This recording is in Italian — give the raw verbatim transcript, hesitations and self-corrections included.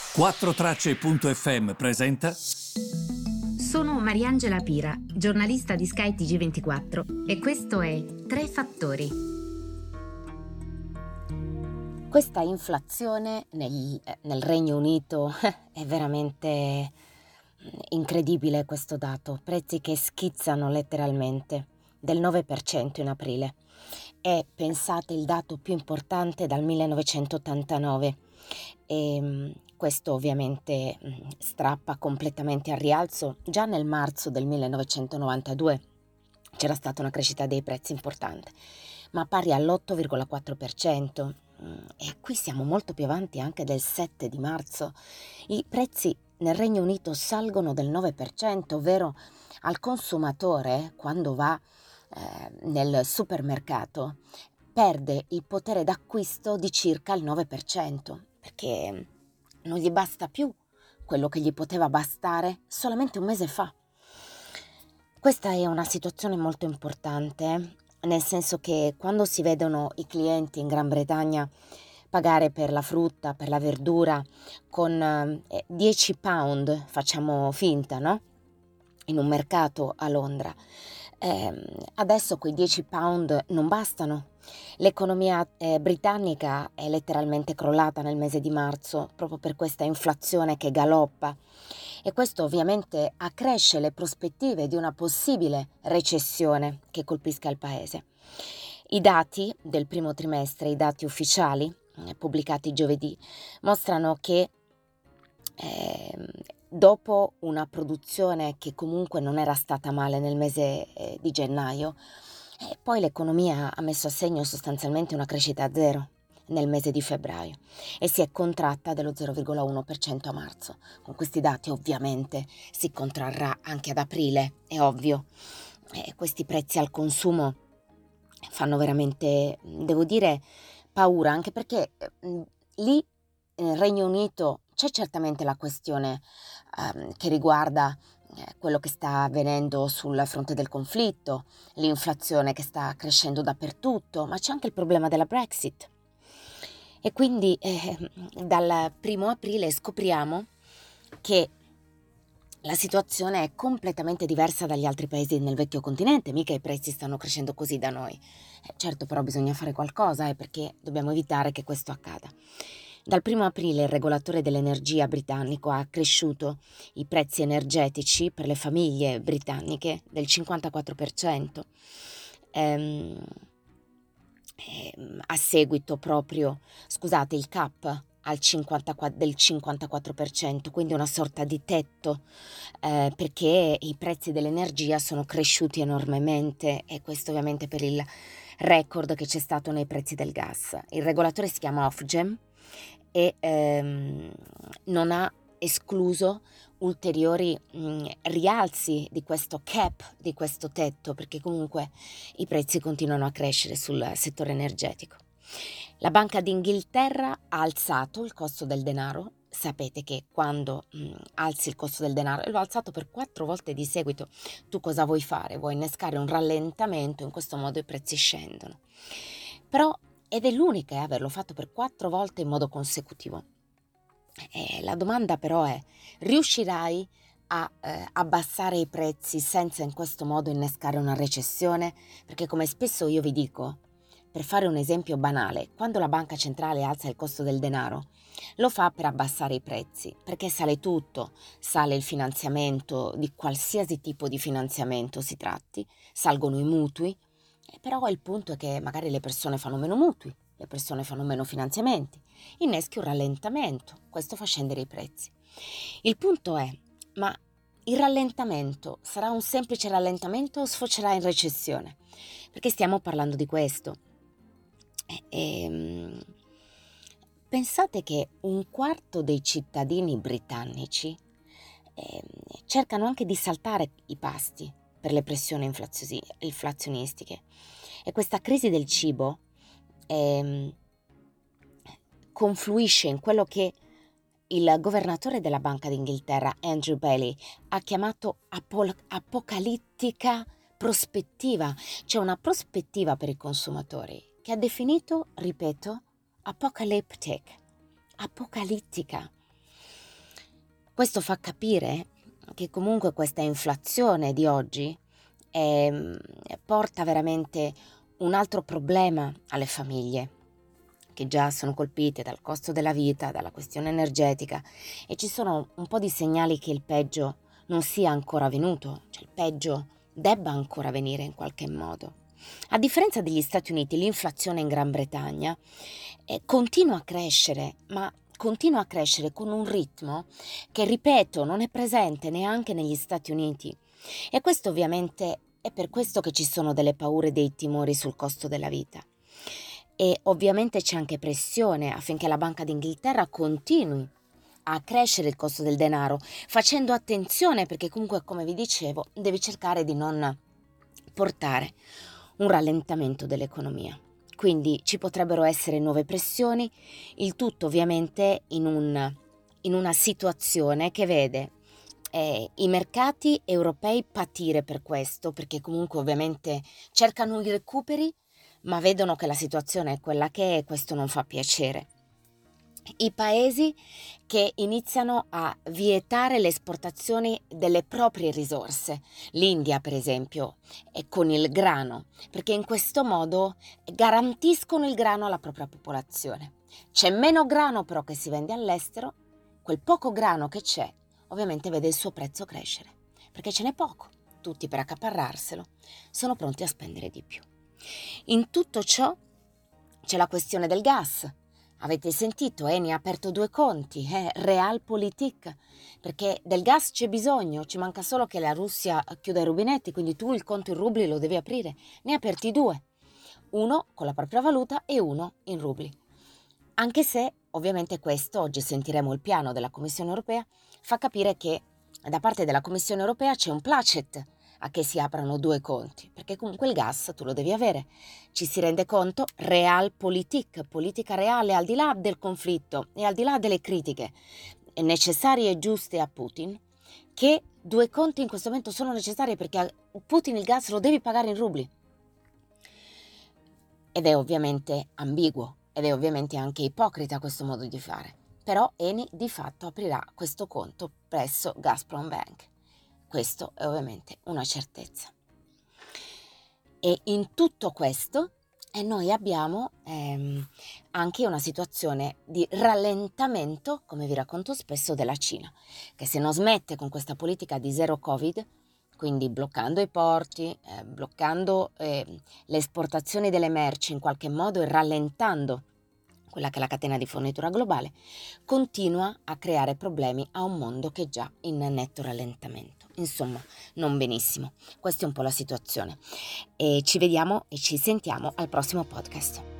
quattro tracce punto effe emme presenta. Sono Mariangela Pira, giornalista di Sky T G ventiquattro e questo è Tre Fattori. Questa inflazione nel, nel Regno Unito è veramente incredibile, questo dato. Prezzi che schizzano letteralmente del nove per cento in aprile. È, pensate, il dato più importante dal millenovecentottantanove e questo ovviamente strappa completamente al rialzo. Già nel marzo del millenovecentonovantadue c'era stata una crescita dei prezzi importante, ma pari all'otto virgola quattro per cento. E qui siamo molto più avanti anche del sette di marzo. I prezzi nel Regno Unito salgono del nove per cento, ovvero al consumatore, quando va eh, nel supermercato, perde il potere d'acquisto di circa il nove per cento, perché non gli basta più quello che gli poteva bastare solamente un mese fa. Questa è una situazione molto importante, nel senso che quando si vedono i clienti in Gran Bretagna pagare per la frutta, per la verdura con dieci pound, facciamo finta, no? In un mercato a Londra, eh, adesso quei dieci pound non bastano. L'economia eh, britannica è letteralmente crollata nel mese di marzo proprio per questa inflazione che galoppa, e questo ovviamente accresce le prospettive di una possibile recessione che colpisca il paese. I dati del primo trimestre, i dati ufficiali eh, pubblicati giovedì, mostrano che eh, dopo una produzione che comunque non era stata male nel mese eh, di gennaio, eh, poi l'economia ha messo a segno sostanzialmente una crescita a zero nel mese di febbraio e si è contratta dello zero virgola uno per cento a marzo. Con questi dati ovviamente si contrarrà anche ad aprile, è ovvio. Eh, questi prezzi al consumo fanno veramente, devo dire, paura, anche perché eh, lì nel Regno Unito c'è certamente la questione um, che riguarda eh, quello che sta avvenendo sul fronte del conflitto, l'inflazione che sta crescendo dappertutto, ma c'è anche il problema della Brexit. E quindi eh, dal primo aprile scopriamo che la situazione è completamente diversa dagli altri paesi nel vecchio continente, mica i prezzi stanno crescendo così da noi. Eh, certo, però bisogna fare qualcosa, eh, perché dobbiamo evitare che questo accada. Dal primo aprile il regolatore dell'energia britannico ha accresciuto i prezzi energetici per le famiglie britanniche del cinquantaquattro per cento, ehm, ehm, a seguito proprio, scusate, il cap al cinquantaquattro, del cinquantaquattro per cento, quindi una sorta di tetto, eh, perché i prezzi dell'energia sono cresciuti enormemente, e questo ovviamente per il record che c'è stato nei prezzi del gas. Il regolatore si chiama Ofgem e ehm, non ha escluso ulteriori mh, rialzi di questo cap, di questo tetto, perché comunque i prezzi continuano a crescere sul settore energetico. La Banca d'Inghilterra ha alzato il costo del denaro. Sapete che quando mh, alzi il costo del denaro, e l'ho alzato per quattro volte di seguito, tu cosa vuoi fare? Vuoi innescare un rallentamento, in questo modo i prezzi scendono. Però ed è l'unica a averlo fatto per quattro volte in modo consecutivo. E la domanda però è: riuscirai a eh, abbassare i prezzi senza in questo modo innescare una recessione? Perché, come spesso io vi dico, per fare un esempio banale, quando la banca centrale alza il costo del denaro, lo fa per abbassare i prezzi, perché sale tutto, sale il finanziamento di qualsiasi tipo di finanziamento si tratti, salgono i mutui. Però il punto è che magari le persone fanno meno mutui, le persone fanno meno finanziamenti, inneschi un rallentamento, questo fa scendere i prezzi. Il punto è, ma il rallentamento sarà un semplice rallentamento o sfocerà in recessione? Perché stiamo parlando di questo. E, e, pensate che un quarto dei cittadini britannici eh, cercano anche di saltare i pasti per le pressioni inflaziosi- inflazionistiche. E questa crisi del cibo ehm, confluisce in quello che il governatore della Banca d'Inghilterra, Andrew Bailey, ha chiamato apol- apocalittica prospettiva. C'è una prospettiva per i consumatori che ha definito, ripeto, apocalyptic, apocalittica. Questo fa capire che comunque questa inflazione di oggi eh, porta veramente un altro problema alle famiglie, che già sono colpite dal costo della vita, dalla questione energetica, e ci sono un po' di segnali che il peggio non sia ancora venuto, cioè il peggio debba ancora venire in qualche modo. A differenza degli Stati Uniti, l'inflazione in Gran Bretagna eh, continua a crescere, ma continua a crescere con un ritmo che, ripeto, non è presente neanche negli Stati Uniti. E questo ovviamente è per questo che ci sono delle paure e dei timori sul costo della vita. E ovviamente c'è anche pressione affinché la Banca d'Inghilterra continui a crescere il costo del denaro, facendo attenzione perché comunque, come vi dicevo, devi cercare di non portare un rallentamento dell'economia. Quindi ci potrebbero essere nuove pressioni, il tutto ovviamente in, un, in una situazione che vede eh, i mercati europei patire per questo, perché comunque ovviamente cercano i recuperi, ma vedono che la situazione è quella che è e questo non fa piacere. I paesi che iniziano a vietare le esportazioni delle proprie risorse, l'India per esempio, e con il grano, perché in questo modo garantiscono il grano alla propria popolazione. C'è meno grano però che si vende all'estero, quel poco grano che c'è ovviamente vede il suo prezzo crescere, perché ce n'è poco, tutti per accaparrarselo sono pronti a spendere di più. In tutto ciò c'è la questione del gas. Avete sentito, Eni ha aperto due conti, eh, Realpolitik, perché del gas c'è bisogno, ci manca solo che la Russia chiuda i rubinetti, quindi tu il conto in rubli lo devi aprire. Ne ha aperti due, uno con la propria valuta e uno in rubli. Anche se ovviamente questo, oggi sentiremo il piano della Commissione Europea, fa capire che da parte della Commissione Europea c'è un placet a che si aprano due conti, perché comunque il gas tu lo devi avere. Ci si rende conto, Realpolitik, politica reale, al di là del conflitto e al di là delle critiche necessarie e giuste a Putin, che due conti in questo momento sono necessari perché a Putin il gas lo devi pagare in rubli. Ed è ovviamente ambiguo, ed è ovviamente anche ipocrita questo modo di fare. Però Eni di fatto aprirà questo conto presso Gazprom Bank. Questo è ovviamente una certezza. E in tutto questo eh, noi abbiamo ehm, anche una situazione di rallentamento, come vi racconto spesso, della Cina, che se non smette con questa politica di zero Covid, quindi bloccando i porti, eh, bloccando eh, le esportazioni delle merci in qualche modo e rallentando quella che è la catena di fornitura globale, continua a creare problemi a un mondo che è già in netto rallentamento. Insomma, non benissimo. Questa è un po' la situazione. E ci vediamo e ci sentiamo al prossimo podcast.